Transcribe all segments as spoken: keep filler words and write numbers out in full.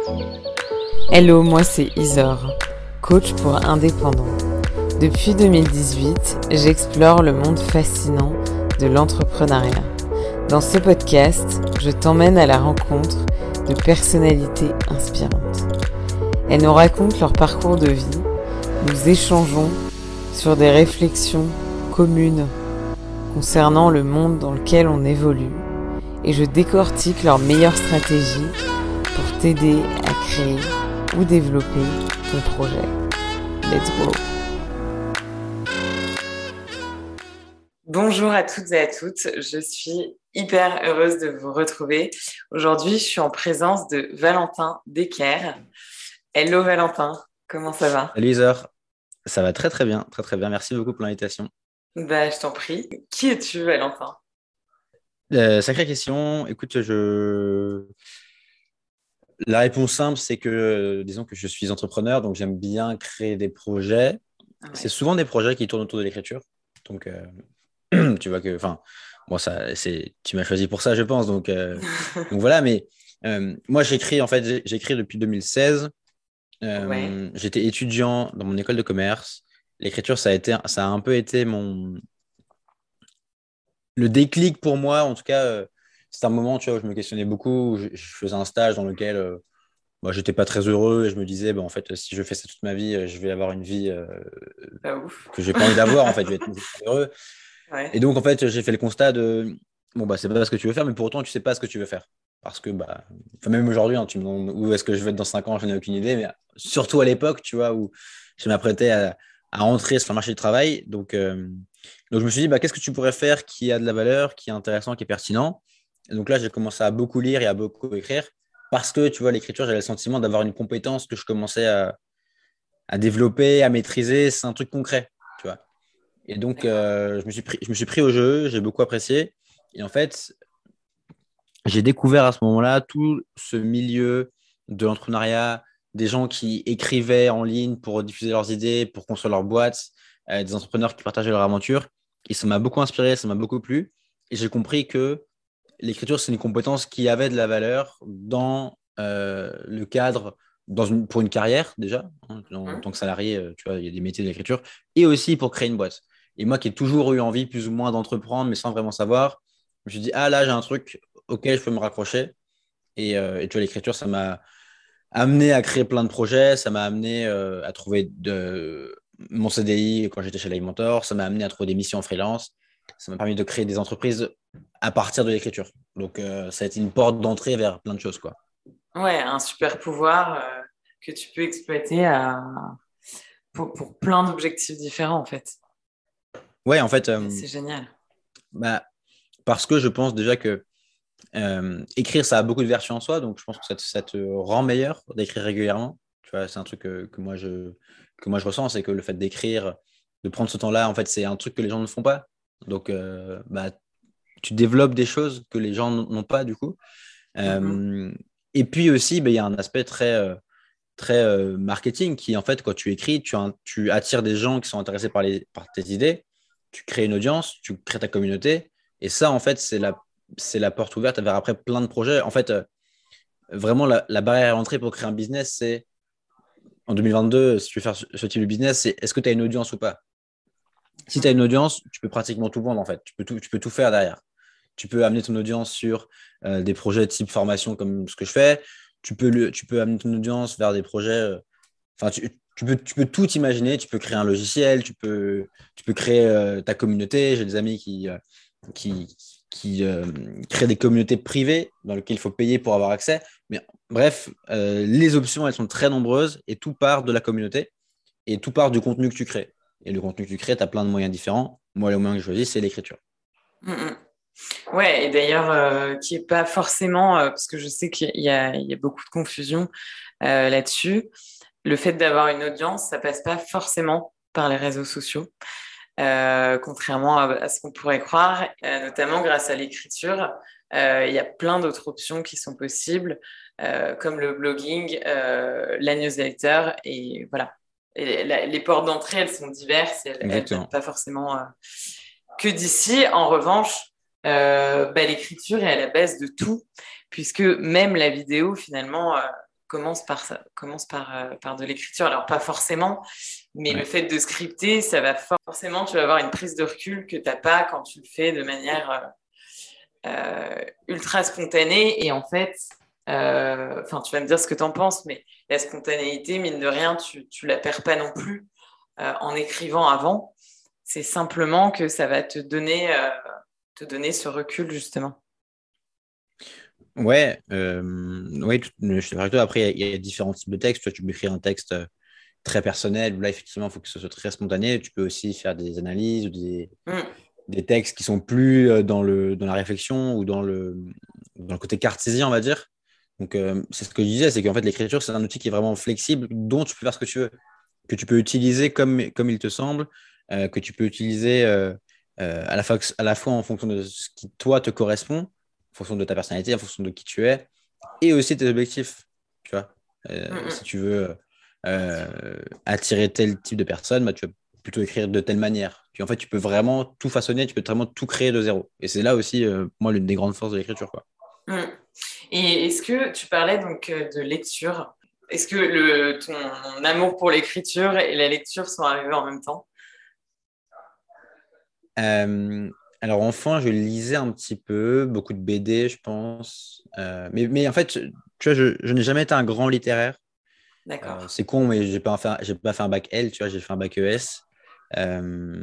Hello, moi c'est Isor, coach pour indépendants. Depuis deux mille dix-huit, j'explore le monde fascinant de l'entrepreneuriat. Dans ce podcast, je t'emmène à la rencontre de personnalités inspirantes. Elles nous racontent leur parcours de vie, nous échangeons sur des réflexions communes concernant le monde dans lequel on évolue et je décortique leurs meilleures stratégies pour t'aider à créer ou développer ton projet. Let's go! Bonjour à toutes et à toutes, je suis hyper heureuse de vous retrouver. Aujourd'hui, je suis en présence de Valentin Decker. Hello Valentin, comment ça va? Salut Isor, ça va très très bien, très très bien. Merci beaucoup pour l'invitation. Bah, je t'en prie. Qui es-tu Valentin? Euh, sacrée question. Écoute, je la réponse simple, c'est que euh, disons que je suis entrepreneur, donc j'aime bien créer des projets. C'est Ouais. souvent des projets qui tournent autour de l'écriture. Donc euh, tu vois que, enfin, bon ça, c'est, tu m'as choisi pour ça, je pense. Donc euh, donc voilà. Mais euh, moi j'écris en fait, j'ai- j'écris depuis deux mille seize. Ouais. Euh, j'étais étudiant dans mon école de commerce. L'écriture, ça a été, ça a un peu été mon le déclic pour moi, en tout cas, euh, c'est un moment, tu vois, où je me questionnais beaucoup. Où Je, je faisais un stage dans lequel euh, bah, j'étais pas très heureux et je me disais, bah, en fait, si je fais ça toute ma vie, euh, je vais avoir une vie euh, Pas ouf. que j'ai pas envie d'avoir. En fait, je vais être heureux. Et Ouais. donc, en fait, j'ai fait le constat de, bon, bah, c'est pas ce que tu veux faire, mais pour autant, tu sais pas ce que tu veux faire. Parce que, bah, enfin, même aujourd'hui, hein, tu me demandes où est-ce que je vais être dans cinq ans, je n'ai aucune idée, mais surtout à l'époque, tu vois, où je m'apprêtais à, à rentrer sur le marché du travail. Donc, euh, donc, je me suis dit, bah, qu'est-ce que tu pourrais faire qui a de la valeur, qui est intéressant, qui est pertinent? Et donc là, j'ai commencé à beaucoup lire et à beaucoup écrire parce que, tu vois, l'écriture, j'avais le sentiment d'avoir une compétence que je commençais à, à développer, à maîtriser. C'est un truc concret, tu vois. Et donc, D'accord. euh, je me suis pris, je me suis pris au jeu, j'ai beaucoup apprécié. Et en fait, j'ai découvert à ce moment-là tout ce milieu de l'entrepreneuriat, des gens qui écrivaient en ligne pour diffuser leurs idées, pour construire leur boîte, euh, des entrepreneurs qui partageaient leur aventure. Et ça m'a beaucoup inspiré, ça m'a beaucoup plu. Et j'ai compris que l'écriture, c'est une compétence qui avait de la valeur dans euh, le cadre, dans une, pour une carrière déjà, hein, en, en Hum. tant que salarié, euh, tu vois, il y a des métiers de l'écriture, et aussi pour créer une boîte. Et moi qui ai toujours eu envie plus ou moins d'entreprendre, mais sans vraiment savoir, je me suis dit, ah là, j'ai un truc auquel je peux me raccrocher. Et, euh, et tu vois, l'écriture, ça m'a amené à créer plein de projets, ça m'a amené euh, à trouver de, mon C D I quand j'étais chez Live Mentor, ça m'a amené à trouver des missions en freelance, ça m'a permis de créer des entreprises à partir de l'écriture. Donc, euh, ça a été une porte d'entrée vers plein de choses, quoi. Ouais, un super pouvoir euh, que tu peux exploiter à... pour, pour plein d'objectifs différents en fait. Ouais, en fait, Et euh, c'est génial. bah, parce que je pense déjà que euh, écrire, ça a beaucoup de vertus en soi, donc je pense que ça te, ça te rend meilleur d'écrire régulièrement. Tu vois, c'est un truc que, que moi je, que moi je ressens, c'est que le fait d'écrire, de prendre ce temps-là, en fait, c'est un truc que les gens ne font pas. Donc, euh, bah, tu développes des choses que les gens n'ont pas, du coup. Mhm. Euh, et puis aussi, bah, il y a un aspect très, euh, très euh, marketing qui, en fait, quand tu écris, tu, un- tu attires des gens qui sont intéressés par, les, par tes idées, tu crées une audience, tu crées ta communauté. Et ça, en fait, c'est la, c'est la porte ouverte vers après plein de projets. En fait, euh, vraiment, la, la barrière à l'entrée pour créer un business, c'est en deux mille vingt-deux, si tu veux faire ce, ce type de business, c'est est-ce que tu as une audience ou pas? Si tu as une audience, tu peux pratiquement tout vendre, en fait. Tu peux tout, tu peux tout faire derrière. Tu peux amener ton audience sur euh, des projets type formation comme ce que je fais. Tu peux, le, tu peux amener ton audience vers des projets. euh, Enfin, tu, tu peux, tu peux tout imaginer. Tu peux créer un logiciel, tu peux, tu peux créer euh, ta communauté. J'ai des amis qui, euh, qui, qui euh, créent des communautés privées dans lesquelles il faut payer pour avoir accès. Mais bref, euh, les options, elles sont très nombreuses et tout part de la communauté et tout part du contenu que tu crées. Et le contenu que tu crées, tu as plein de moyens différents. Moi, le moyen que je choisis, c'est l'écriture. Mhm. Ouais, et d'ailleurs, euh, qui est pas forcément, euh, parce que je sais qu'il y a, il y a beaucoup de confusion euh, là-dessus, le fait d'avoir une audience, ça passe pas forcément par les réseaux sociaux, euh, contrairement à, à ce qu'on pourrait croire, euh, notamment grâce à l'écriture. Euh, il y a plein d'autres options qui sont possibles, euh, comme le blogging, euh, la newsletter, et voilà. Et la- les portes d'entrée, elles sont diverses, et elles, elles viennent Exactement. pas forcément euh, que d'ici. En revanche, euh, bah, l'écriture est à la base de tout, puisque même la vidéo, finalement, euh, commence par ça, commence par, euh, par de l'écriture. Alors, pas forcément, mais le Ouais. fait de scripter, ça va forcément, tu vas avoir une prise de recul que tu n'as pas quand tu le fais de manière euh, euh, ultra spontanée. Et en fait, euh, enfin, tu vas me dire ce que tu en penses, mais la spontanéité, mine de rien, tu ne la perds pas non plus euh, en écrivant avant. C'est simplement que ça va te donner, euh, te donner ce recul, justement. Ouais, euh, ouais, tout- je suis d'accord avec toi. Après, il y, a il y a différents types de textes. Toi, tu peux écrire un texte euh, très personnel, où là, effectivement, il faut que ce soit très spontané. Tu peux aussi faire des analyses ou des, Mm. des textes qui sont plus euh, dans le, dans la réflexion ou dans le, dans le côté cartésien, on va dire. Donc, euh, c'est ce que je disais, c'est qu'en fait, l'écriture, c'est un outil qui est vraiment flexible, dont tu peux faire ce que tu veux, que tu peux utiliser comme, comme il te semble, euh, que tu peux utiliser euh, euh, à la fois, à la fois en fonction de ce qui, toi, te correspond, en fonction de ta personnalité, en fonction de qui tu es, et aussi tes objectifs. Tu vois, Mm, Euh, si mm. tu veux euh, attirer tel type de personne, bah, tu vas plutôt écrire de telle manière. Puis en fait, tu peux vraiment tout façonner, tu peux vraiment tout créer de zéro. Et c'est là aussi, euh, moi, l'une des grandes forces de l'écriture, quoi. Mm. Et est-ce que tu parlais donc euh, de lecture? Est-ce que le, ton amour pour l'écriture et la lecture sont arrivés en même temps? Euh, alors, enfant, je lisais un petit peu, beaucoup de B D, je pense. Euh, mais, mais en fait, tu vois, je, je n'ai jamais été un grand littéraire. Euh, D'accord. c'est con, mais j'ai pas fait, j'ai pas fait un bac L, tu vois, j'ai fait un bac E S. Euh,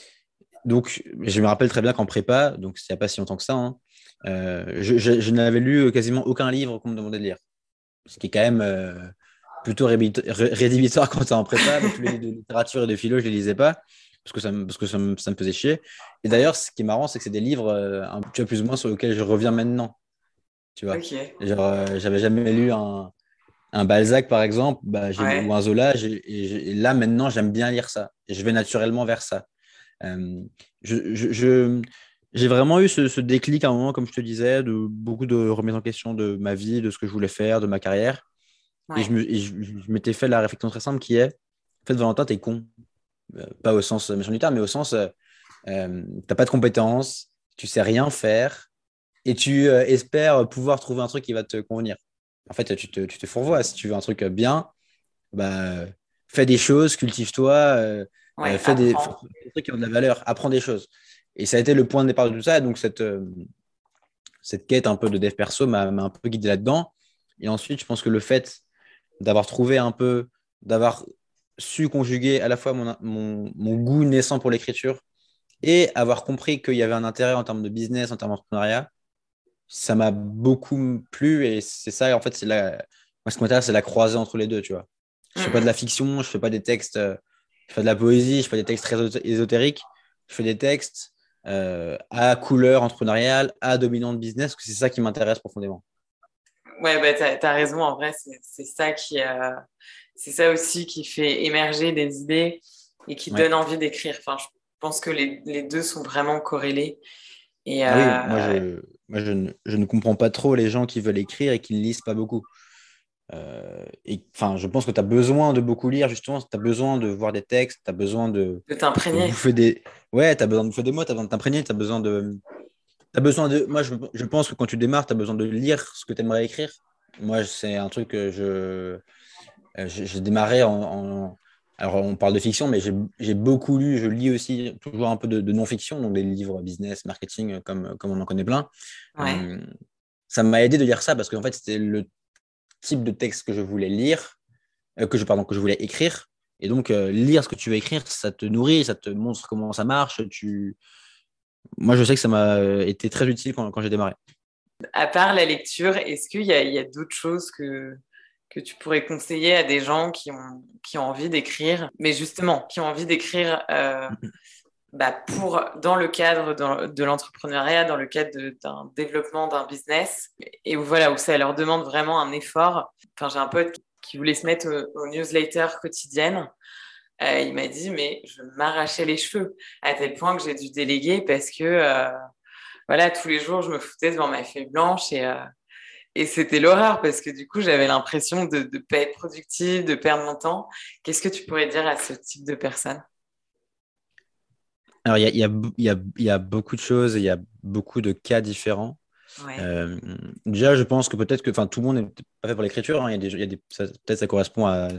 donc, je me rappelle très bien qu'en prépa, donc il n'y a pas si longtemps que ça, hein, euh, je, je- je n'avais lu quasiment aucun livre qu'on me demandait de lire. Ce qui est quand même euh, plutôt rédhibito- ré- rédhibitoire quand tu es en prépa. Mais tous les livres de littérature et de philo, je ne les lisais pas parce que ça me, parce que ça me, ça me faisait chier. Et Ouais. d'ailleurs, ce qui est marrant, c'est que c'est des livres, euh, un- tu vois, plus ou moins sur lesquels je reviens maintenant. Tu vois, Ok. genre, euh, j'avais jamais lu un, un Balzac, par exemple, bah, j'ai- ou Ouais. un Zola. j'ai- Et, j'ai- et là, maintenant, j'aime bien lire ça. Et je vais naturellement vers ça. Euh, je, je- je- j'ai vraiment eu ce, ce déclic à un moment, comme je te disais, de beaucoup de remise en question de ma vie, de ce que je voulais faire, de ma carrière. Et je, Ouais. me, et je, je m'étais fait la réflexion très simple qui est, en fait, Valentin, t'es con. Euh, pas au sens méchant du terme, mais au sens, euh, euh, t'as pas de compétences, tu sais rien faire, et tu euh, espères pouvoir trouver un truc qui va te convenir. En fait, tu te, tu te fourvoies. Si tu veux un truc euh, bien, bah, fais des choses, cultive-toi, euh, euh, Ouais. fais des, fais Apprends. des trucs qui ont de la valeur, apprends des choses. Et ça a été le point de départ de tout ça. Donc, cette, euh, cette quête un peu de dev perso m'a m'a un peu guidé là-dedans. Et ensuite, je pense que le fait d'avoir trouvé un peu, d'avoir su conjuguer à la fois mon, mon, mon goût naissant pour l'écriture et avoir compris qu'il y avait un intérêt en termes de business, en termes d'entrepreneuriat, ça m'a beaucoup plu. Et c'est ça, en fait, c'est la, moi, ce qui m'intéresse, c'est la croisée entre les deux, tu vois. Je fais pas de la Mm, fiction, je fais pas des textes, euh, je fais de la poésie, je fais des textes très ésotériques, je fais des textes euh, à couleur entrepreneuriale, à dominante business, parce que c'est ça qui m'intéresse profondément. mm. Ouais, bah, t'as, t'as raison. En vrai, c'est, c'est ça qui, euh, c'est ça aussi qui fait émerger des idées et qui Ouais. donne envie d'écrire. Enfin, je pense que les, les deux sont vraiment corrélés. Et Ah oui, moi euh, je, moi je ne, je ne comprends pas trop les gens qui veulent écrire et qui ne lisent pas beaucoup. Euh, et enfin, je pense que tu as besoin de beaucoup lire, justement, tu as besoin de voir des textes, tu as besoin de, de de t'imprégner. bouffer des. Ouais, tu as besoin de bouffer des mots, tu as besoin de t'imprégner, tu as besoin de. T'as besoin de. Moi, je, je pense que quand tu démarres, tu as besoin de lire ce que tu aimerais écrire. Moi, c'est un truc que je. euh, J'ai j'ai démarré en, en- Alors, on parle de fiction, mais j'ai j'ai beaucoup lu, je lis aussi toujours un peu de, de non-fiction, donc des livres business, marketing, euh, comme, comme on en connaît plein. Ouais. Euh, Ça m'a aidé de lire ça parce qu'en fait, c'était le type de texte que je voulais lire, euh, que je, pardon, que je voulais écrire. Et donc, euh, lire ce que tu veux écrire, ça te nourrit, ça te montre comment ça marche. Tu... Moi, je sais que ça m'a euh, été très utile quand, quand j'ai démarré. À part la lecture, est-ce qu'il y a, il y a d'autres choses que, que tu pourrais conseiller à des gens qui ont, qui ont envie d'écrire, mais justement, qui ont envie d'écrire euh, bah, pour, dans le cadre de, de l'entrepreneuriat, dans le cadre de- d'un développement d'un business, et où, voilà, où ça leur demande vraiment un effort. Enfin, j'ai un pote qui voulait se mettre aux, aux newsletters quotidiennes. Euh, il m'a dit, mais je m'arrachais les cheveux, à tel point que j'ai dû déléguer parce que, euh, voilà, tous les jours, je me foutais devant ma feuille blanche et, euh, et c'était l'horreur parce que du coup, j'avais l'impression de ne pas être productive, de perdre mon temps. Qu'est-ce que tu pourrais dire à ce type de personne? Alors, il y a, il y a, il y a, il y a beaucoup de choses, il y a beaucoup de cas différents. Ouais. Euh, déjà, je pense que peut-être que tout le monde n'est pas fait pour l'écriture. Hein. Il y a des, il y a des, ça, peut-être ça correspond à,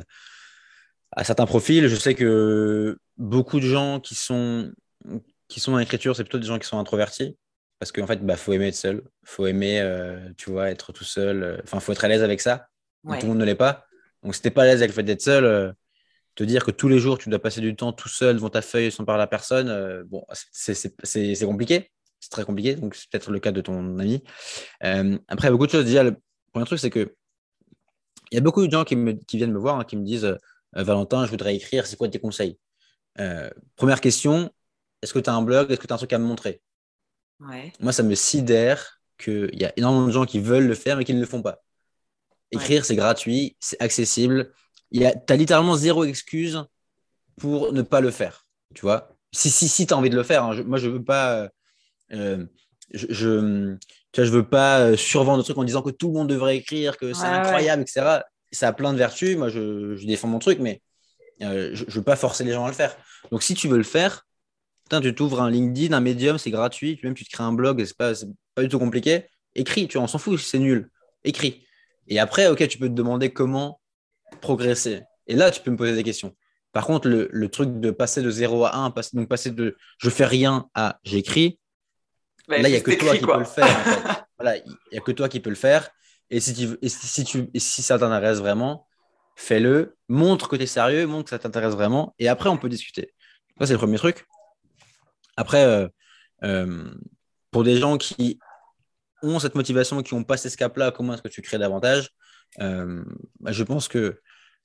à certains profils. Je sais que beaucoup de gens qui sont, qui sont dans l'écriture, c'est plutôt des gens qui sont introvertis. Parce qu'en fait, bah, faut aimer être seul. faut aimer, euh, tu vois, être tout seul. Enfin, faut être à l'aise avec ça. Donc, tout le Ouais. monde ne l'est pas. Donc, si t'es pas à l'aise avec le fait d'être seul, euh, te dire que tous les jours, tu dois passer du temps tout seul devant ta feuille sans parler à personne, euh, bon, c'est, c'est, c'est, c'est compliqué. C'est très compliqué. Donc, c'est peut-être le cas de ton ami. Euh, après, il y a beaucoup de choses. Déjà, le premier truc, c'est que il y a beaucoup de gens qui, me, qui viennent me voir, hein, qui me disent euh, Valentin, je voudrais écrire, c'est quoi tes conseils? Euh, Première question, est-ce que tu as un blog? Est-ce que tu as un truc à me montrer? Ouais. Moi, ça me sidère qu'il y a énormément de gens qui veulent le faire mais qui ne le font pas. Ouais. Écrire, c'est gratuit, c'est accessible. Tu as littéralement zéro excuse pour ne pas le faire. Tu vois? Si, si, si tu as envie de le faire, hein, je, moi, je ne veux pas. Euh, je, je, tu vois, je veux pas euh, survendre le truc en disant que tout le monde devrait écrire, que Ouais, c'est ouais. incroyable, et cetera. Ça a plein de vertus. Moi, je, je défends mon truc, mais euh, je ne veux pas forcer les gens à le faire. Donc, si tu veux le faire, putain, tu t'ouvres un LinkedIn, un Medium, c'est gratuit. Même tu te crées un blog, c'est pas, c'est pas du tout compliqué. Écris, tu vois, on s'en fout si c'est nul. Écris. Et après, ok, tu peux te demander comment progresser. Et là, tu peux me poser des questions. Par contre, le, le truc de passer de zéro à un, passer, donc passer de je fais rien à j'écris, Bah, là, il n'y a juste que toi écrit, qui peux le quoi. faire, en fait. Voilà, il n'y a que toi qui peux le faire. Et si, tu, et si, si tu, et si ça t'intéresse vraiment, fais-le. Montre que tu es sérieux, montre que ça t'intéresse vraiment. Et après, on peut discuter. Ça, c'est le premier truc. Après, euh, euh, pour des gens qui ont cette motivation, qui ont passé ce cap-là, comment est-ce que tu crées davantage? Euh, bah, je pense que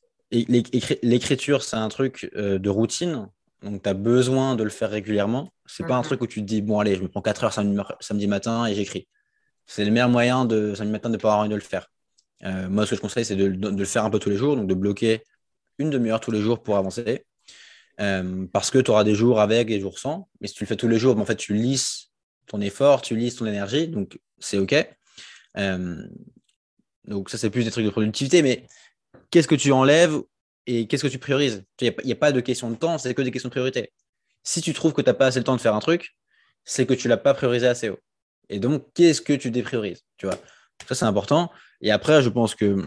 l'écriture, c'est un truc euh, de routine. Donc, tu as besoin de le faire régulièrement. C'est pas un Mhm. truc où tu te dis, bon, allez, je me prends quatre heures samedi, samedi matin et j'écris. C'est le meilleur moyen de samedi matin de ne pas avoir envie de le faire. Euh, moi, ce que je conseille, c'est de, de, le faire un peu tous les jours, donc de bloquer une demi-heure tous les jours pour avancer. Euh, parce que tu auras des jours avec et des jours sans. Mais si tu le fais tous les jours, ben, en fait, tu lisses ton effort, tu lisses ton énergie, donc c'est OK. Euh, donc ça, c'est plus des trucs de productivité, mais qu'est-ce que tu enlèves et qu'est-ce que tu priorises? Il n'y a, a, pas de question de temps, c'est que des questions de priorité. Si tu trouves que tu n'as pas assez le temps de faire un truc, c'est que tu ne l'as pas priorisé assez haut. Et donc, qu'est-ce que tu dépriorises? Tu vois, ça, c'est important. Et après, je pense que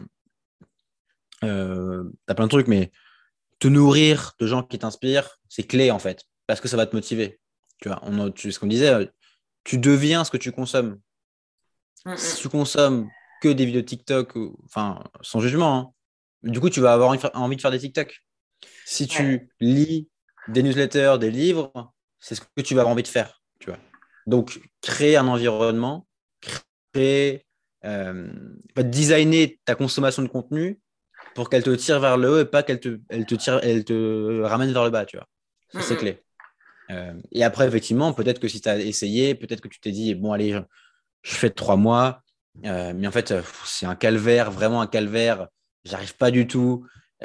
euh, tu as plein de trucs, mais te nourrir de gens qui t'inspirent, c'est clé, en fait, parce que ça va te motiver. Tu vois, on, tu, ce qu'on disait, tu deviens ce que tu consommes. Si Mhm. tu consommes que des vidéos TikTok, ou, enfin, sans jugement, hein, du coup, tu vas avoir envie de faire des TikTok. Si Ouais. tu lis des newsletters, des livres, c'est ce que tu vas avoir envie de faire. Tu vois. Donc, créer un environnement, créer, euh, designer ta consommation de contenu pour qu'elle te tire vers le haut et pas qu'elle te, elle te, tire, elle te ramène vers le bas. Tu vois. Ça, c'est Mhm. clé. Euh, et après, effectivement, peut-être que si tu as essayé, peut-être que tu t'es dit, bon, allez, je, je fais trois mois, euh, mais en fait, euh, c'est un calvaire, vraiment un calvaire. J'arrive pas du tout.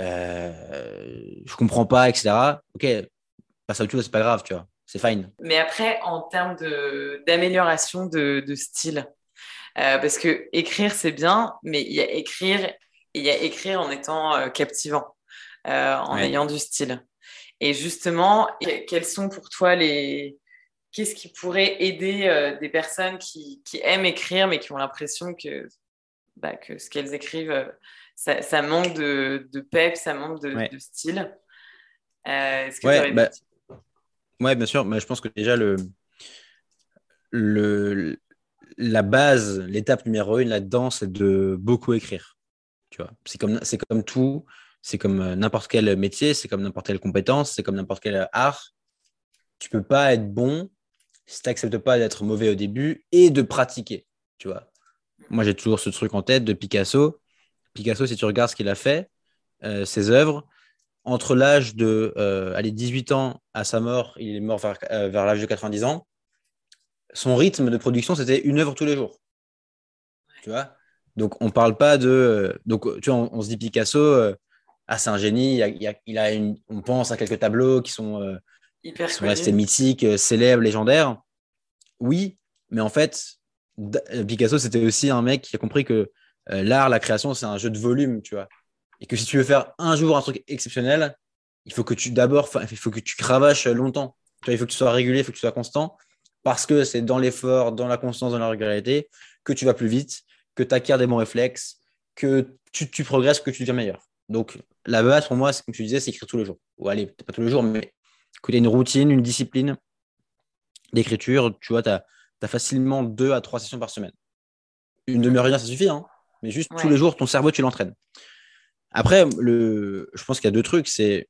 Euh, je comprends pas, et cetera. Ok, passe à autre chose, c'est pas grave, tu vois. C'est fine. Mais après, en termes de d'amélioration de, de style, euh, parce que écrire, c'est bien, mais il y a écrire, et il y a écrire en étant euh, captivant, euh, en Ouais. ayant du style. Et justement, que- quels sont pour toi les... Qu'est-ce qui pourrait aider euh, des personnes qui, qui aiment écrire, mais qui ont l'impression que, bah, que ce qu'elles écrivent, euh, ça, ça manque de, de pep, ça manque de, Ouais. de style. Euh, est-ce que tu Ouais, aurais des bah, tips? ouais, bien sûr. Mais je pense que déjà, le, le, la base, l'étape numéro une là-dedans, c'est de beaucoup écrire. Tu vois. C'est comme, c'est comme tout. C'est comme euh, n'importe quel métier, c'est comme n'importe quelle compétence, c'est comme n'importe quel art. Tu peux pas être bon si tu n'acceptes pas d'être mauvais au début et de pratiquer. Tu vois. Moi, j'ai toujours ce truc en tête de Picasso. Picasso, si tu regardes ce qu'il a fait, euh, ses œuvres, entre l'âge de euh, allez, dix-huit ans à sa mort, il est mort vers, euh, vers l'âge de quatre-vingt-dix ans, son rythme de production, c'était une œuvre tous les jours. Tu vois. Donc, on parle pas de. Euh, donc, tu vois, on, on se dit Picasso, euh, ah, c'est un génie, il a, il a, il a une, on pense à quelques tableaux qui sont, euh, qui Hyper sont restés connu. mythiques, euh, célèbres, légendaires. Oui, mais en fait, Picasso, c'était aussi un mec qui a compris que euh, l'art, la création, c'est un jeu de volume, tu vois. Et que si tu veux faire un jour un truc exceptionnel, il faut que tu d'abord, il faut que tu cravaches longtemps. Tu vois, il faut que tu sois régulier, il faut que tu sois constant, parce que c'est dans l'effort, dans la constance, dans la régularité que tu vas plus vite, que tu acquiers des bons réflexes, que tu, tu progresses, que tu deviens meilleur. Donc, la base pour moi, c'est, comme tu disais, c'est écrire tous les jours. Ou allez, peut-être pas tous les jours, mais que tu aies une routine, une discipline d'écriture. Tu vois, tu as, facilement deux à trois sessions par semaine. Une demi-heure, ça suffit, hein, mais juste ouais. tous les jours, ton cerveau, tu l'entraînes. Après, le, je pense qu'il y a deux trucs. C'est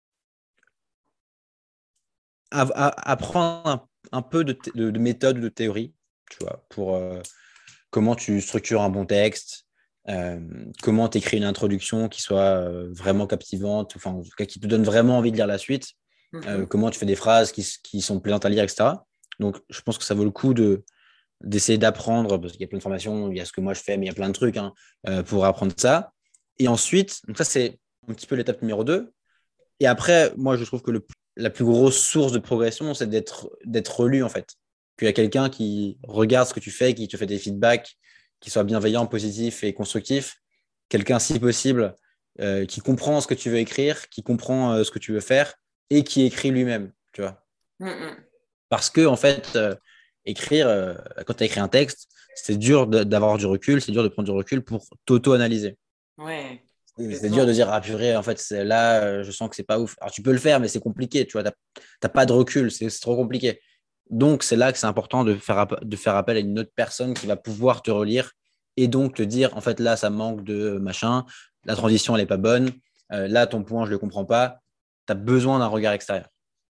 apprendre un, un peu de, de, de méthode, de théorie, tu vois, pour euh, comment tu structures un bon texte, euh, comment tu écris une introduction qui soit euh, vraiment captivante, enfin, en tout cas, qui te donne vraiment envie de lire la suite, mm-hmm. euh, comment tu fais des phrases qui, qui sont plaisantes à lire, et cetera. Donc, je pense que ça vaut le coup de, d'essayer d'apprendre, parce qu'il y a plein de formations, il y a ce que moi je fais, mais il y a plein de trucs hein, euh, pour apprendre ça. Et ensuite, donc ça, c'est un petit peu l'étape numéro deux. Et après, moi, je trouve que le, la plus grosse source de progression, c'est d'être, d'être relu, en fait. Qu'il y a quelqu'un qui regarde ce que tu fais, qui te fait des feedbacks, qui soit bienveillant, positif et constructif. Quelqu'un, si possible, euh, qui comprend ce que tu veux écrire, qui comprend euh, ce que tu veux faire et qui écrit lui-même, tu vois. Mm-hmm. Parce que, en fait, euh, écrire, euh, quand tu as écrit un texte, c'est dur de, d'avoir du recul, c'est dur de prendre du recul pour t'auto-analyser. Ouais. C'est dur de dire, ah purée, en fait, c'est, là, euh, je sens que c'est pas ouf. Alors, tu peux le faire, mais c'est compliqué, tu vois, t'as, t'as pas de recul, c'est, c'est trop compliqué. Donc, c'est là que c'est important de faire, de faire appel à une autre personne qui va pouvoir te relire et donc te dire, en fait, là, ça manque de machin, la transition, elle est pas bonne, euh, là, ton point, je le comprends pas, tu as besoin d'un regard extérieur.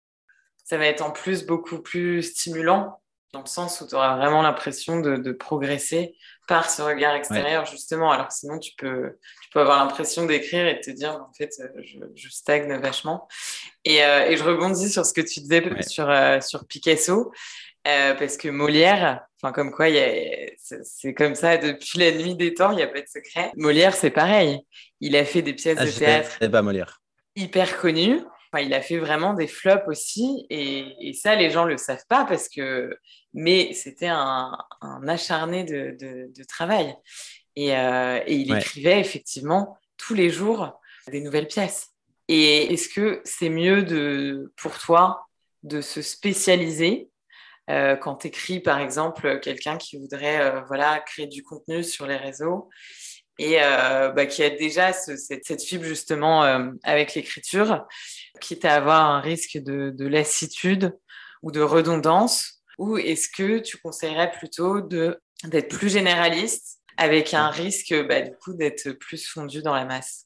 Ça va être en plus beaucoup plus stimulant, dans le sens où tu auras vraiment l'impression de, de progresser par ce regard extérieur, ouais. justement. Alors sinon, tu peux, tu peux avoir l'impression d'écrire et te dire, en fait, je, je stagne vachement. Et, euh, et je rebondis sur ce que tu disais ouais. sur, euh, sur Picasso, euh, parce que Molière, enfin comme quoi, y a, c'est, c'est comme ça, depuis la nuit des temps, il n'y a pas de secret. Molière, c'est pareil. Il a fait des pièces ah, de théâtre pas Molière. hyper connues. Enfin, il a fait vraiment des flops aussi, et, et ça, les gens le savent pas parce que, mais c'était un, un acharné de, de, de travail. Et, euh, et il ouais. écrivait effectivement tous les jours des nouvelles pièces. Et est-ce que c'est mieux de, pour toi de se spécialiser euh, quand tu écris, par exemple, quelqu'un qui voudrait euh, voilà, créer du contenu sur les réseaux et euh, bah, qui a déjà ce, cette, cette fibre justement euh, avec l'écriture, quitte à avoir un risque de, de lassitude ou de redondance, ou est-ce que tu conseillerais plutôt de, d'être plus généraliste avec un risque bah, du coup d'être plus fondu dans la masse?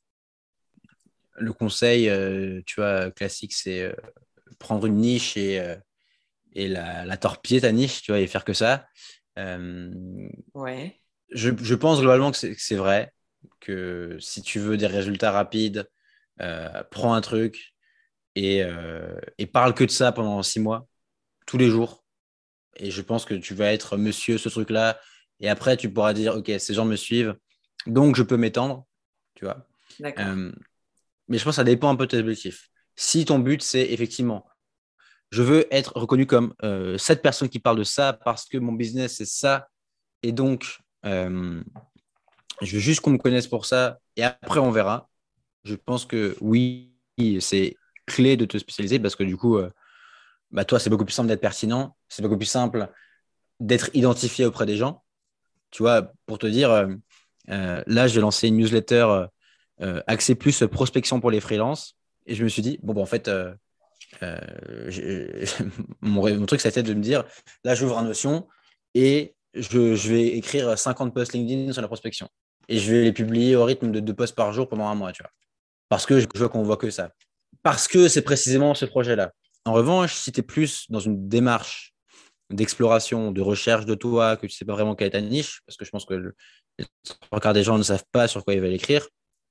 Le conseil, euh, tu vois, classique, c'est euh, prendre une niche et, euh, et la, la torpiller, ta niche, tu vois, et faire que ça. Euh, ouais. Je, je pense globalement que c'est, que c'est vrai, que si tu veux des résultats rapides, euh, prends un truc et, euh, et parle que de ça pendant six mois, tous les jours. Et je pense que tu vas être monsieur ce truc-là. Et après, tu pourras dire, OK, ces gens me suivent, donc je peux m'étendre, tu vois. D'accord. Euh, mais je pense que ça dépend un peu de tes objectifs. Si ton but, c'est effectivement, je veux être reconnu comme euh, cette personne qui parle de ça parce que mon business, c'est ça. Et donc, euh, je veux juste qu'on me connaisse pour ça et après, on verra. Je pense que oui, c'est clé de te spécialiser parce que du coup, euh, bah, toi, c'est beaucoup plus simple d'être pertinent. C'est beaucoup plus simple d'être identifié auprès des gens. Tu vois, pour te dire, euh, euh, là, je vais lancer une newsletter euh, axée plus prospection pour les freelances. Et je me suis dit, bon, bah, en fait, euh, euh, j'ai, mon, mon truc, c'était de me dire, là, j'ouvre un Notion et je, je vais écrire cinquante posts LinkedIn sur la prospection. Et je vais les publier au rythme de deux posts par jour pendant un mois, tu vois. Parce que je veux qu'on voit que ça. Parce que c'est précisément ce projet-là. En revanche, si tu es plus dans une démarche d'exploration, de recherche de toi, que tu ne sais pas vraiment quelle est ta niche, parce que je pense que le, les trois quarts des gens ne savent pas sur quoi ils veulent écrire,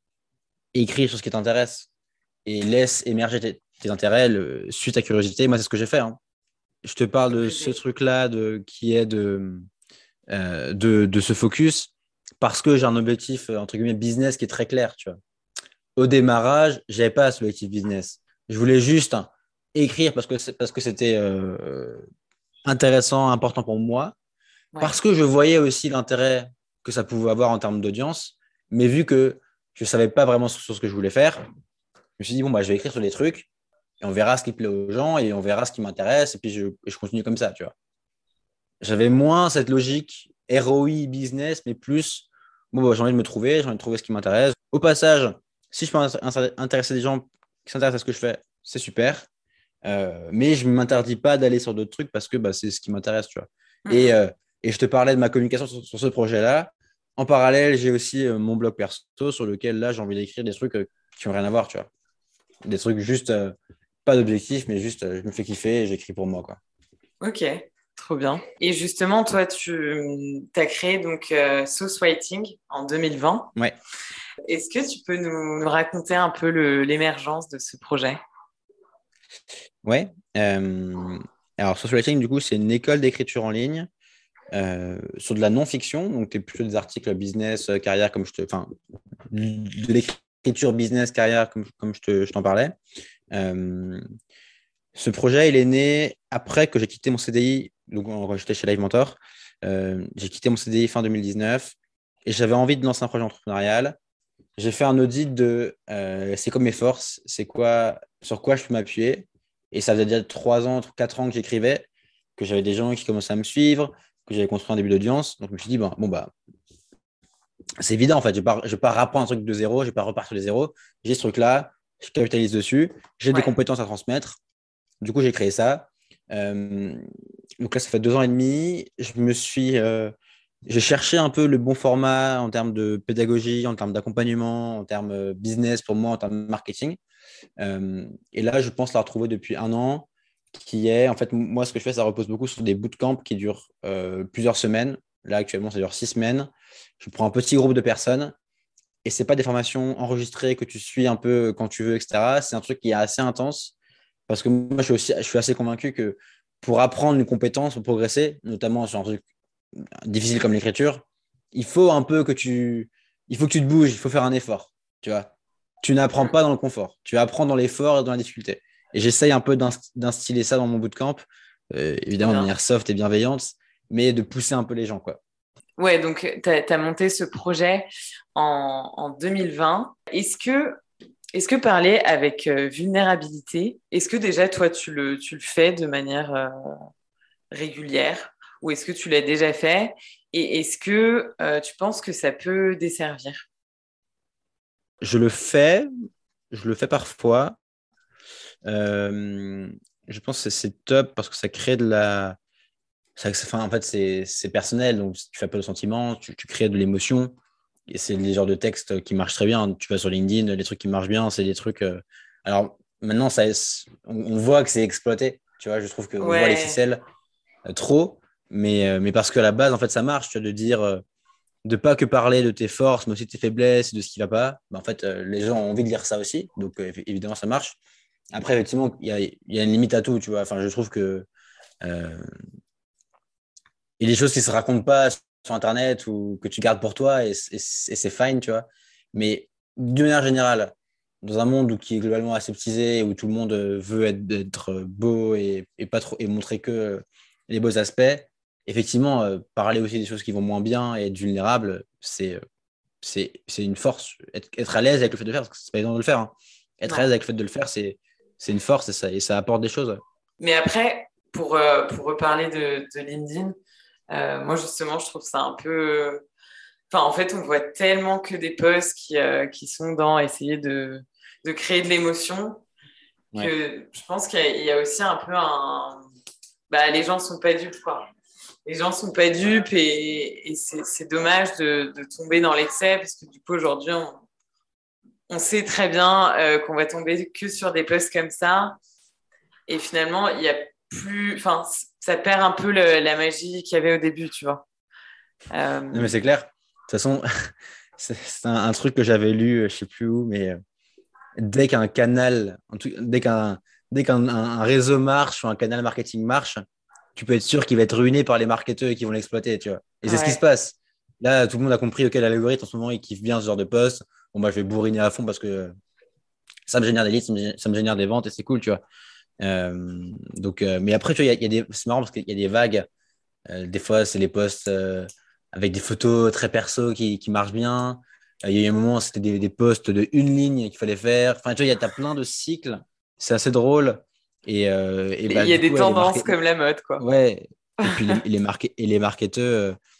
écris sur ce qui t'intéresse et laisse émerger tes, tes intérêts, le, suis ta curiosité. Moi, c'est ce que j'ai fait. Hein. Je te parle de ce truc-là de, qui est de, euh, de, de ce focus parce que j'ai un objectif, entre guillemets, business qui est très clair, tu vois. Au démarrage, je n'avais pas ce objectif business. Je voulais juste hein, écrire parce que, parce que c'était euh, intéressant, important pour moi, ouais. Parce que je voyais aussi l'intérêt que ça pouvait avoir en termes d'audience, mais vu que je ne savais pas vraiment sur ce que je voulais faire, je me suis dit, bon, bah, je vais écrire sur des trucs et on verra ce qui plaît aux gens et on verra ce qui m'intéresse et puis je, je continue comme ça, tu vois. J'avais moins cette logique R O I business, mais plus, bon, bah, j'ai envie de me trouver, j'ai envie de trouver ce qui m'intéresse. Au passage, si je peux intéresser des gens qui s'intéressent à ce que je fais, c'est super. Euh, mais je ne m'interdis pas d'aller sur d'autres trucs parce que bah, c'est ce qui m'intéresse, tu vois. Et, Mhm. euh, et je te parlais de ma communication sur, sur ce projet-là. En parallèle, j'ai aussi euh, mon blog perso sur lequel là, j'ai envie d'écrire des trucs euh, qui n'ont rien à voir, tu vois. Des trucs juste, euh, pas d'objectif, mais juste, euh, je me fais kiffer et j'écris pour moi, quoi. Ok, trop bien. Et justement, toi, tu as créé donc euh, Sauce Writing en deux mille vingt. Ouais, Est-ce que tu peux nous, nous raconter un peu le- l'émergence de ce projet? ouais. Euh, alors, Social Writing, du coup, c'est une école d'écriture en ligne euh, sur de la non-fiction. Donc, tu es plutôt des articles business, euh, carrière, comme je te. Enfin, de l'écriture business, carrière, comme, comme je te, je t'en parlais. Euh, Ce projet, il est né après que j'ai quitté mon C D I, donc quand j'étais chez Live Mentor. Euh, j'ai quitté mon C D I fin deux mille dix-neuf et j'avais envie de lancer un projet entrepreneurial. J'ai fait un audit de euh, c'est quoi mes forces, c'est quoi, sur quoi je peux m'appuyer. Et ça faisait déjà trois ans, quatre ans que j'écrivais, que j'avais des gens qui commençaient à me suivre, que j'avais construit un début d'audience. Donc je me suis dit, bon, bon bah, c'est évident en fait, je ne vais, pas- je vais pas rapprendre un truc de zéro, je ne vais pas repartir de zéro. J'ai ce truc-là, je capitalise dessus, j'ai des Ouais. compétences à transmettre. Du coup, j'ai créé ça. Euh, donc là, ça fait deux ans et demi. Je me suis, euh, j'ai cherché un peu le bon format en termes de pédagogie, en termes d'accompagnement, en termes euh, business pour moi, en termes de marketing. Euh, et là, je pense l'avoir trouvé depuis un an, qui est, en fait, moi, ce que je fais, ça repose beaucoup sur des bootcamps qui durent euh, plusieurs semaines. Là, actuellement, ça dure six semaines. Je prends un petit groupe de personnes et c'est pas des formations enregistrées que tu suis un peu quand tu veux, et cetera. C'est un truc qui est assez intense parce que moi, je suis, aussi, je suis assez convaincu que pour apprendre une compétence, pour progresser, notamment sur un truc difficile comme l'écriture, il faut un peu que tu, il faut que tu te bouges, il faut faire un effort, tu vois. Tu n'apprends Mm. pas dans le confort, tu apprends dans l'effort et dans la difficulté. Et j'essaye un peu d'instiller ça dans mon bootcamp, euh, Trop évidemment de bien. manière soft et bienveillante, mais de pousser un peu les gens, quoi. Ouais, donc tu as, monté ce projet en, en deux mille vingt. Est-ce que, est-ce que parler avec euh, vulnérabilité, est-ce que déjà toi tu le, tu le fais de manière euh, régulière ou est-ce que tu l'as déjà fait? Et est-ce que euh, tu penses que ça peut desservir? Je le fais, je le fais parfois. Euh, je pense que c'est top parce que ça crée de la. Ça, enfin, en fait, c'est c'est personnel, donc tu fais appel au sentiment, tu, tu crées de l'émotion. Et c'est les genres de textes qui marchent très bien. Tu vas sur LinkedIn, les trucs qui marchent bien, c'est des trucs. euh, Alors maintenant, ça, on, on voit que c'est exploité. Tu vois, je trouve qu'on voit les Ouais, ficelles euh, trop, mais, euh, mais parce qu'à la base, en fait, ça marche. Tu vois, de dire, euh, de pas que parler de tes forces, mais aussi de tes faiblesses, de ce qui va pas. Bah, en fait, euh, les gens ont envie de lire ça aussi, donc euh, évidemment, ça marche. Après, effectivement, il y a, il y a une limite à tout. Tu vois, enfin, je trouve que euh, il y a des choses qui se racontent pas sur Internet ou que tu gardes pour toi et, et- et c'est fine, tu vois. Mais d'une manière générale, dans un monde où, qui est globalement aseptisé, où tout le monde euh, veut être, être beau et, et pas trop, et montrer que euh, les beaux aspects, effectivement, euh, parler aussi des choses qui vont moins bien et être vulnérable, c'est, euh, c'est, c'est une force. Être, être à l'aise avec le fait de le faire, parce que c'est pas évident de le faire, hein. Être à l'aise non. avec le fait de le faire, c'est, c'est une force et ça, et ça apporte des choses. Mais après, pour, euh, pour reparler de, de LinkedIn, euh, moi justement, je trouve ça un peu. Enfin, en fait, on voit tellement que des posts qui, euh, qui sont dans essayer de, de créer de l'émotion Ouais. que je pense qu'il y, a il y a aussi un peu un. Bah, les gens sont pas dupes, quoi. Les gens sont pas dupes et, et c'est c'est dommage de, de tomber dans l'excès parce que du coup, aujourd'hui, on, on sait très bien euh, qu'on va tomber que sur des posts comme ça et finalement, il y a plus. Enfin, ça perd un peu le- la magie qu'il y avait au début, tu vois. Non, Euh, mais c'est clair. De toute façon, c'est c'est un, un truc que j'avais lu, euh, je sais plus où, mais euh, dès qu'un canal, en tout- dès qu'un dès qu'un un- un réseau marche ou un canal marketing marche, tu peux être sûr qu'il va être ruiné par les marketeurs qui vont l'exploiter, tu vois. Et c'est ce qui se ouais. passe. Là, tout le monde a compris, ok, l'algorithme en ce moment, il kiffe bien ce genre de post. Bon, bah, je vais bourriner à fond parce que euh, ça me génère des leads, ça me génère, ça me génère des ventes et c'est cool, tu vois. Euh, donc, euh, mais après, tu vois, il y a, il y a des, c'est marrant parce qu'il y a des vagues. Euh, des fois, c'est les posts euh, avec des photos très perso qui, qui marchent bien. Euh, il y a eu un moment, c'était des, des posts de une ligne qu'il fallait faire. Enfin, tu vois, il y a t'as plein de cycles. C'est assez drôle. Et, euh, et Il bah, y a du des coup, ouais, les tendances marque- comme la mode, quoi. ouais. Et puis les, les, marque- et les marketeurs, euh,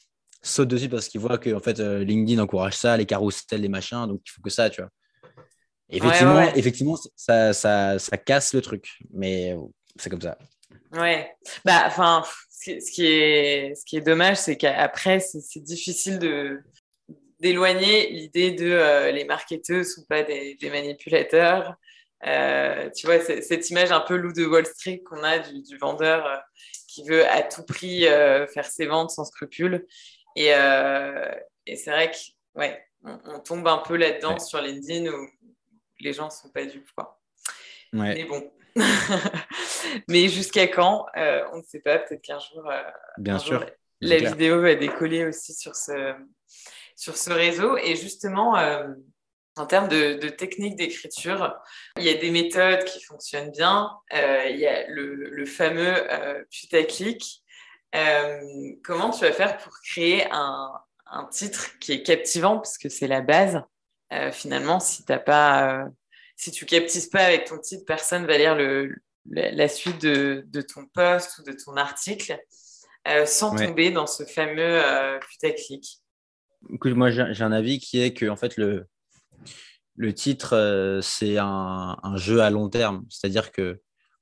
sautent dessus parce qu'ils voient que en fait, euh, LinkedIn encourage ça, les carousels, les machins, donc il faut que ça, tu vois. Ouais, ouais, Effectivement, ouais. effectivement ça, ça, ça casse le truc, mais c'est comme ça. Ouais. Bah, enfin, ce qui ce qui est, ce qui est dommage, c'est qu'après, c'est c'est difficile de d'éloigner l'idée de euh, les marketeurs sont pas des, des manipulateurs. Euh, tu vois, c'est- cette image un peu loup de Wall Street qu'on a du, du vendeur euh, qui veut à tout prix euh, faire ses ventes sans scrupule. Et, euh, et c'est vrai que ouais, on, on tombe un peu là-dedans Ouais. sur LinkedIn où les gens sont pas dupes, quoi. Mais Ouais, bon. Mais jusqu'à quand euh, on ne sait pas. Peut-être qu'un jour, euh, bien un jour, sûr, c'est la clair. vidéo va décoller aussi sur ce, sur ce réseau. Et justement, euh, en termes de, de technique d'écriture, il y a des méthodes qui fonctionnent bien. Euh, il y a le, le fameux euh, putaclic. Euh, comment tu vas faire pour créer un, un titre qui est captivant, parce que c'est la base. Euh, finalement, si t'as pas, euh, si tu captives pas avec ton titre, personne va lire le, la, la suite de, de ton post ou de ton article euh, sans Ouais. tomber dans ce fameux euh, putaclic. Écoute, moi, j'ai j'ai un avis qui est que en fait, le, le titre, euh, c'est un, un jeu à long terme. C'est-à-dire que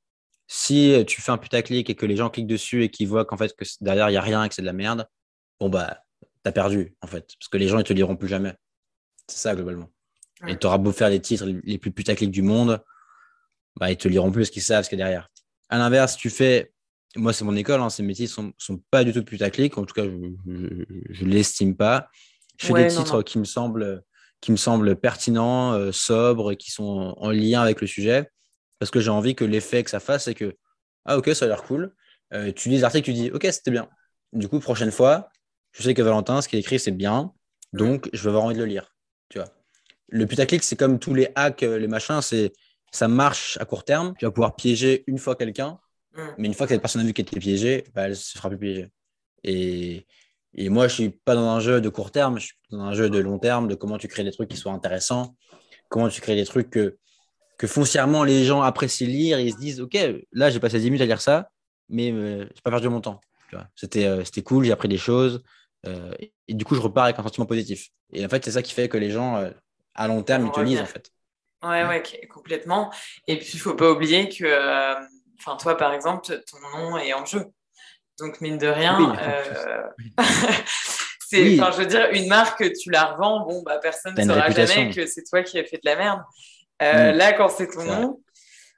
si tu fais un putaclic et que les gens cliquent dessus et qu'ils voient qu'en fait, que derrière, il n'y a rien et que c'est de la merde, bon, bah, t'as perdu, en fait. Parce que les gens, ils te liront plus jamais. C'est ça, globalement. Et Mm. tu auras beau faire les titres les plus putaclic du monde, bah, ils te liront plus parce qu'ils savent ce qu'il y a derrière. À l'inverse, tu fais. Moi, c'est mon école, hein, ces métiers sont, sont pas du tout putaclic. En tout cas, je ne l'estime pas. Je fais des Ouais, non, titres non. qui me semblent, qui me semblent pertinents, euh, sobres, qui sont en, en lien avec le sujet. Parce que j'ai envie que l'effet que ça fasse, c'est que, ah, ok, ça a l'air cool. Euh, tu lis l'article, tu dis, ok, c'était bien. Du coup, prochaine fois, je sais que Valentin, ce qu'il écrit, c'est bien. Mm. Donc, je vais avoir envie de le lire. Tu vois. Le putaclic, c'est comme tous les hacks, euh, les machins, c'est ça marche à court terme. Tu vas pouvoir piéger une fois quelqu'un, Mm. mais une fois que cette personne a vu qu'elle était piégée, bah, elle ne se fera plus piéger. Et, et moi, je ne suis pas dans un jeu de court terme, je suis dans un jeu de long terme, de comment tu crées des trucs qui soient intéressants, comment tu crées des trucs que, que foncièrement les gens apprécient lire et ils se disent, OK, là, j'ai passé dix minutes à lire ça, mais euh, je n'ai pas perdu mon temps. Tu vois. C'était, euh, c'était cool, j'ai appris des choses. Euh, et, et du coup, je repars avec un sentiment positif. Et en fait, c'est ça qui fait que les gens, euh, à long Ça terme, va ils te lisent, en revenir. fait. Ouais, Ouais. ouais, c- complètement. Et puis, il faut pas oublier que, euh, enfin, toi, par exemple, ton nom est en jeu. Donc, mine de rien, Oui, en plus. euh, Oui, c'est, enfin, oui, je veux dire, une marque, tu la revends, bon, bah, personne ne tu as une saura jamais réputation. que c'est toi qui as fait de la merde. Euh, Mm, là, quand c'est ton c'est vrai. nom,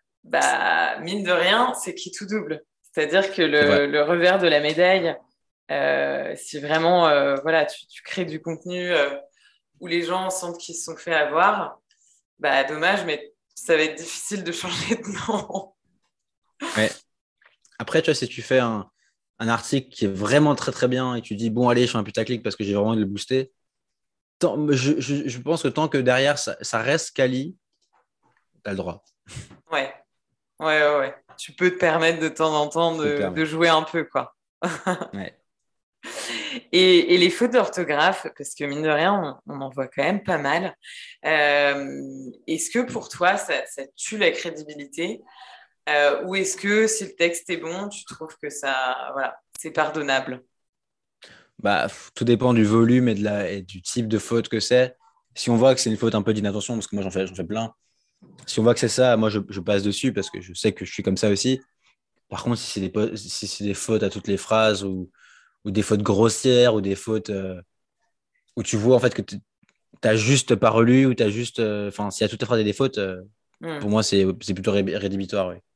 bah, mine de rien, c'est qui tout double. C'est-à-dire que C'est vrai. le, le revers de la médaille, euh, si vraiment, euh, voilà, tu, tu crées du contenu euh, où les gens sentent qu'ils se sont fait avoir, bah, dommage, mais ça va être difficile de changer de nom. Ouais. Après, tu vois, si tu fais un, un article qui est vraiment très très bien et tu dis, bon, allez, je fais un putaclic parce que j'ai vraiment envie de le booster, tant- je, je- je pense que tant que derrière ça, ça reste quali, tu as le droit. Ouais, ouais, ouais, ouais. Tu peux te permettre de temps en temps Tu peux te de, de permettre. jouer un peu, quoi. Ouais. Et, et les fautes d'orthographe, parce que mine de rien, on, on en voit quand même pas mal. Euh, est-ce que pour toi, ça, ça tue la crédibilité? Euh, ou est-ce que si le texte est bon, tu trouves que ça, voilà, c'est pardonnable? Bah, pff, tout dépend du volume et, de la, et du type de faute que c'est. Si on voit que c'est une faute un peu d'inattention, parce que moi j'en fais, j'en fais plein, si on voit que c'est ça, moi je, je passe dessus parce que je sais que je suis comme ça aussi. Par contre, si c'est des, po- si c'est des fautes à toutes les phrases ou, ou des fautes grossières ou des fautes euh, où tu vois en fait que tu n'as juste pas relu ou tu as juste. euh, Enfin, s'il y a toutes les phrases et des fautes, euh, Hmm. pour moi c'est c'est plutôt ré- rédhibitoire. Oui.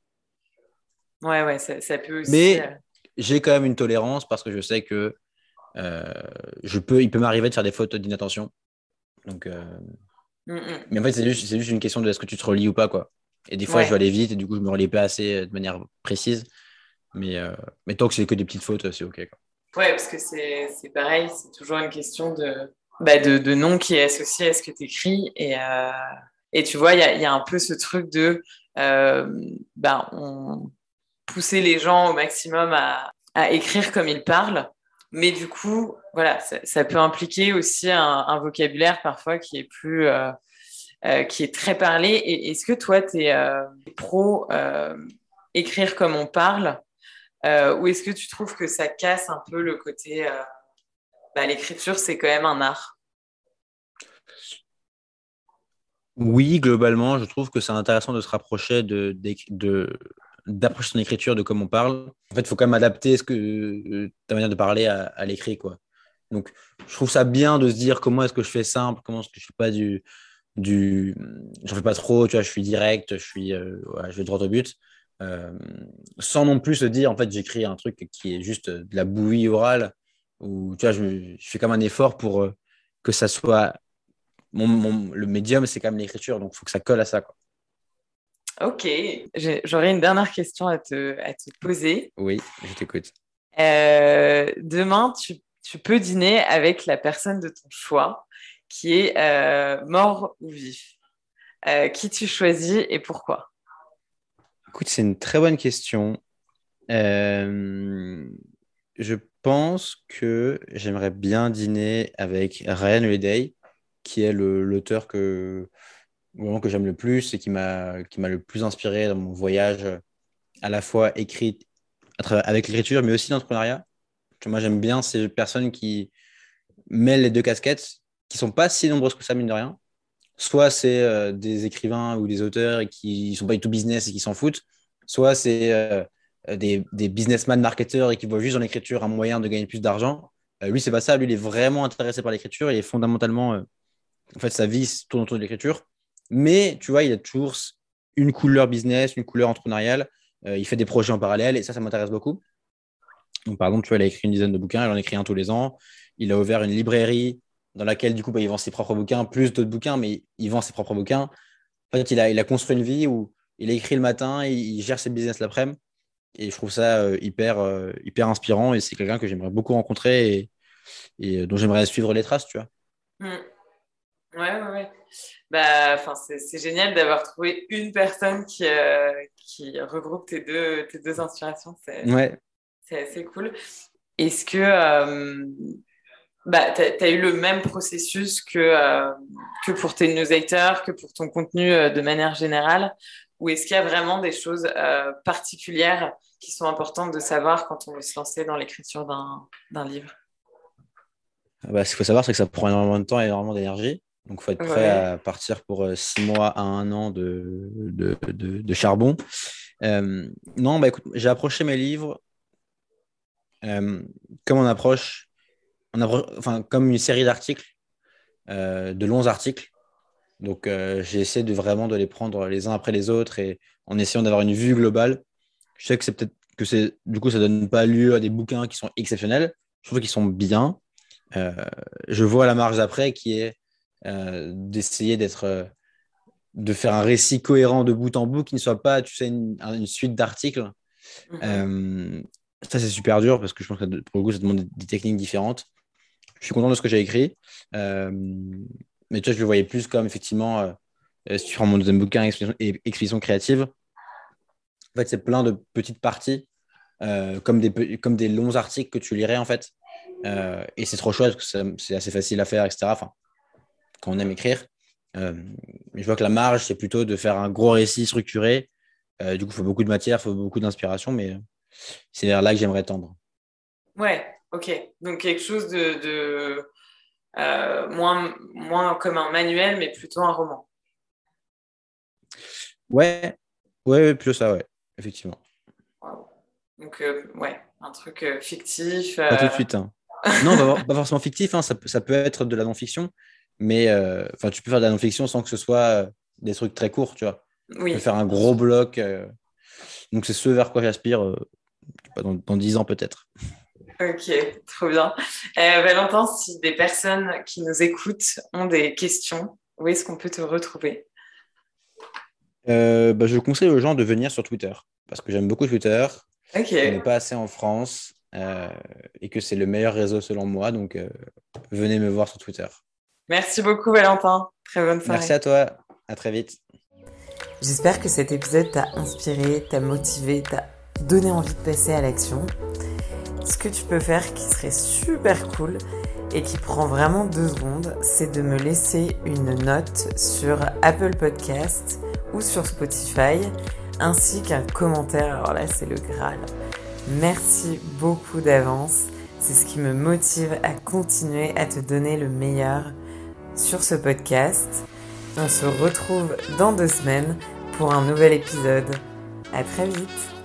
Ouais, ouais, ça, ça peut aussi. Mais euh, j'ai quand même une tolérance parce que je sais que euh, je peux, il peut m'arriver de faire des fautes d'inattention. Donc, euh, hmm, hmm. mais en fait, c'est juste, c'est juste une question de est-ce que tu te relis ou pas, quoi. Et des fois, je vais Ouais, aller vite et du coup, je me relis pas assez euh, de manière précise. Mais, euh, mais tant que c'est que des petites fautes, c'est OK, quoi. ouais, parce que c'est c'est pareil, c'est toujours une question de, bah, de, de nom qui est associé à ce que tu écris. Et, euh, et tu vois, il y a, il y a un peu ce truc de euh, bah, on, pousser les gens au maximum à, à écrire comme ils parlent. Mais du coup, voilà, ça, ça peut impliquer aussi un, un vocabulaire parfois qui est plus, euh, euh, qui est très parlé. Et est-ce que toi, tu es euh, pro euh, écrire comme on parle, euh, ou est-ce que tu trouves que ça casse un peu le côté, euh, bah, l'écriture, c'est quand même un art. Oui, globalement, je trouve que c'est intéressant de se rapprocher de, de, de- d'approcher son écriture, de comment on parle. En fait, il faut quand même adapter ce que, euh, ta manière de parler à, à l'écrit, quoi. Donc, je trouve ça bien de se dire comment est-ce que je fais simple, comment est-ce que je fais pas du, du, j'en fais pas trop, tu vois, je suis direct, je suis, euh, ouais, je vais droit au but, euh, sans non plus se dire, en fait, j'écris un truc qui est juste de la bouillie orale, ou tu vois, je, je fais comme un effort pour euh, que ça soit mon, mon- le médium, c'est quand même l'écriture, donc il faut que ça colle à ça, quoi. Ok, J'ai- j'aurais une dernière question à te, à te poser. Oui, je t'écoute. Euh, demain, tu, tu peux dîner avec la personne de ton choix qui est euh, mort ou vif. Euh, qui tu choisis et pourquoi? Écoute, c'est une très bonne question. Euh, je pense que j'aimerais bien dîner avec Ryan Holiday, qui est le- l'auteur que, vraiment que j'aime le plus et qui m'a qui m'a le plus inspiré dans mon voyage, à la fois écrit à travers- avec l'écriture, mais aussi l'entrepreneuriat. Moi, j'aime bien ces personnes qui mêlent les deux casquettes, qui sont pas si nombreuses que ça, mine de rien. Soit c'est euh, des écrivains ou des auteurs et qui sont pas du tout business et qui s'en foutent, soit c'est euh, des, des businessmen marketeurs et qui voient juste dans l'écriture un moyen de gagner plus d'argent. Euh, lui, c'est pas ça. Lui, il est vraiment intéressé par l'écriture. Il est fondamentalement, euh, en fait, sa vie tourne autour de l'écriture. Mais tu vois, il a toujours une couleur business, une couleur entrepreneuriale. Euh, il fait des projets en parallèle et ça, ça m'intéresse beaucoup. Donc, par exemple, tu vois, il a écrit une dizaine de bouquins, il en écrit un tous les ans. Il a ouvert une librairie dans laquelle, du coup, bah, il vend ses propres bouquins, plus d'autres bouquins, mais il vend ses propres bouquins. En fait, il a, il a construit une vie où il a écrit le matin, il, il gère ses business l'après-midi. Et je trouve ça euh, hyper, euh, hyper inspirant. Et c'est quelqu'un que j'aimerais beaucoup rencontrer et, et dont j'aimerais suivre les traces, tu vois. Hmm. Ouais, ouais, ouais. Bah, enfin, c'est, c'est génial d'avoir trouvé une personne qui, euh, qui regroupe tes deux, tes deux inspirations. C'est, Ouais. c'est assez cool. Est-ce que euh, bah, tu as eu le même processus que, euh, que pour tes newsletters, que pour ton contenu euh, de manière générale? Ou est-ce qu'il y a vraiment des choses euh, particulières qui sont importantes de savoir quand on veut se lancer dans l'écriture d'un, d'un livre? Bah, ce qu'il faut savoir, c'est que ça prend énormément de temps et énormément d'énergie. Donc, il faut être prêt Ouais. à partir pour euh, six mois à un an de, de, de, de charbon. Euh, non, bah écoute, j'ai approché mes livres euh, comme on approche, on approche, enfin, comme une série d'articles, euh, de longs articles. Donc, euh, j'ai essayé de vraiment de les prendre les uns après les autres et en essayant d'avoir une vue globale. Je sais que c'est peut-être que c'est, du coup, ça donne pas lieu à des bouquins qui sont exceptionnels. Je trouve qu'ils sont bien. Euh, je vois la marge d'après qui est euh, d'essayer d'être, euh, de faire un récit cohérent de bout en bout qui ne soit pas, tu sais, une, une suite d'articles. Mhm. Euh, Ça, c'est super dur parce que je pense que pour le coup, ça demande des, des techniques différentes. Je suis content de ce que j'ai écrit. Euh, mais tu vois, je le voyais plus comme effectivement, euh, euh, si tu prends mon deuxième bouquin, Expédition, Expédition créative, en fait, c'est plein de petites parties, euh, comme, des, pe- comme des longs articles que tu lirais en fait. Euh, et c'est trop chouette parce que ça- c'est assez facile à faire, et cetera. Enfin, quand on aime écrire. Euh, mais je vois que la marge, c'est plutôt de faire un gros récit structuré. Euh, du coup, il faut beaucoup de matière, il faut beaucoup d'inspiration, mais c'est vers là que j'aimerais tendre. Ouais, ok. Donc quelque chose de, de euh, moins, moins comme un manuel, mais plutôt un roman. Ouais, ouais, ouais, plutôt ça, ouais, effectivement. Wow. Donc, euh, ouais, un truc euh, fictif. Pas tout euh, de suite, hein. Non, pas, pas forcément fictif, hein, ça, peut- ça peut être de la non-fiction, mais euh, enfin, tu peux faire de la non-fiction sans que ce soit euh, des trucs très courts, tu vois. Tu peux Oui, faire un bien gros sûr. bloc. Euh, donc, c'est ce vers quoi j'aspire euh, dans, dans dix ans peut-être. Ok, trop bien. Euh, Valentin, si des personnes qui nous écoutent ont des questions, où est-ce qu'on peut te retrouver? Euh, bah, je conseille aux gens de venir sur Twitter, parce que j'aime beaucoup Twitter, Ok, qu'on n'est pas assez en France, euh, et que c'est le meilleur réseau selon moi, donc euh, venez me voir sur Twitter. merci beaucoup Valentin. Très bonne Merci soirée. à toi, à très vite. J'espère que cet épisode t'a inspiré, t'a motivé, t'a donné envie de passer à l'action. Ce que tu peux faire qui serait super cool et qui prend vraiment deux secondes, c'est de me laisser une note sur Apple Podcast ou sur Spotify, ainsi qu'un commentaire. Alors là, c'est le Graal. Merci beaucoup d'avance. C'est ce qui me motive à continuer à te donner le meilleur sur ce podcast. On se retrouve dans deux semaines pour un nouvel épisode. À très vite.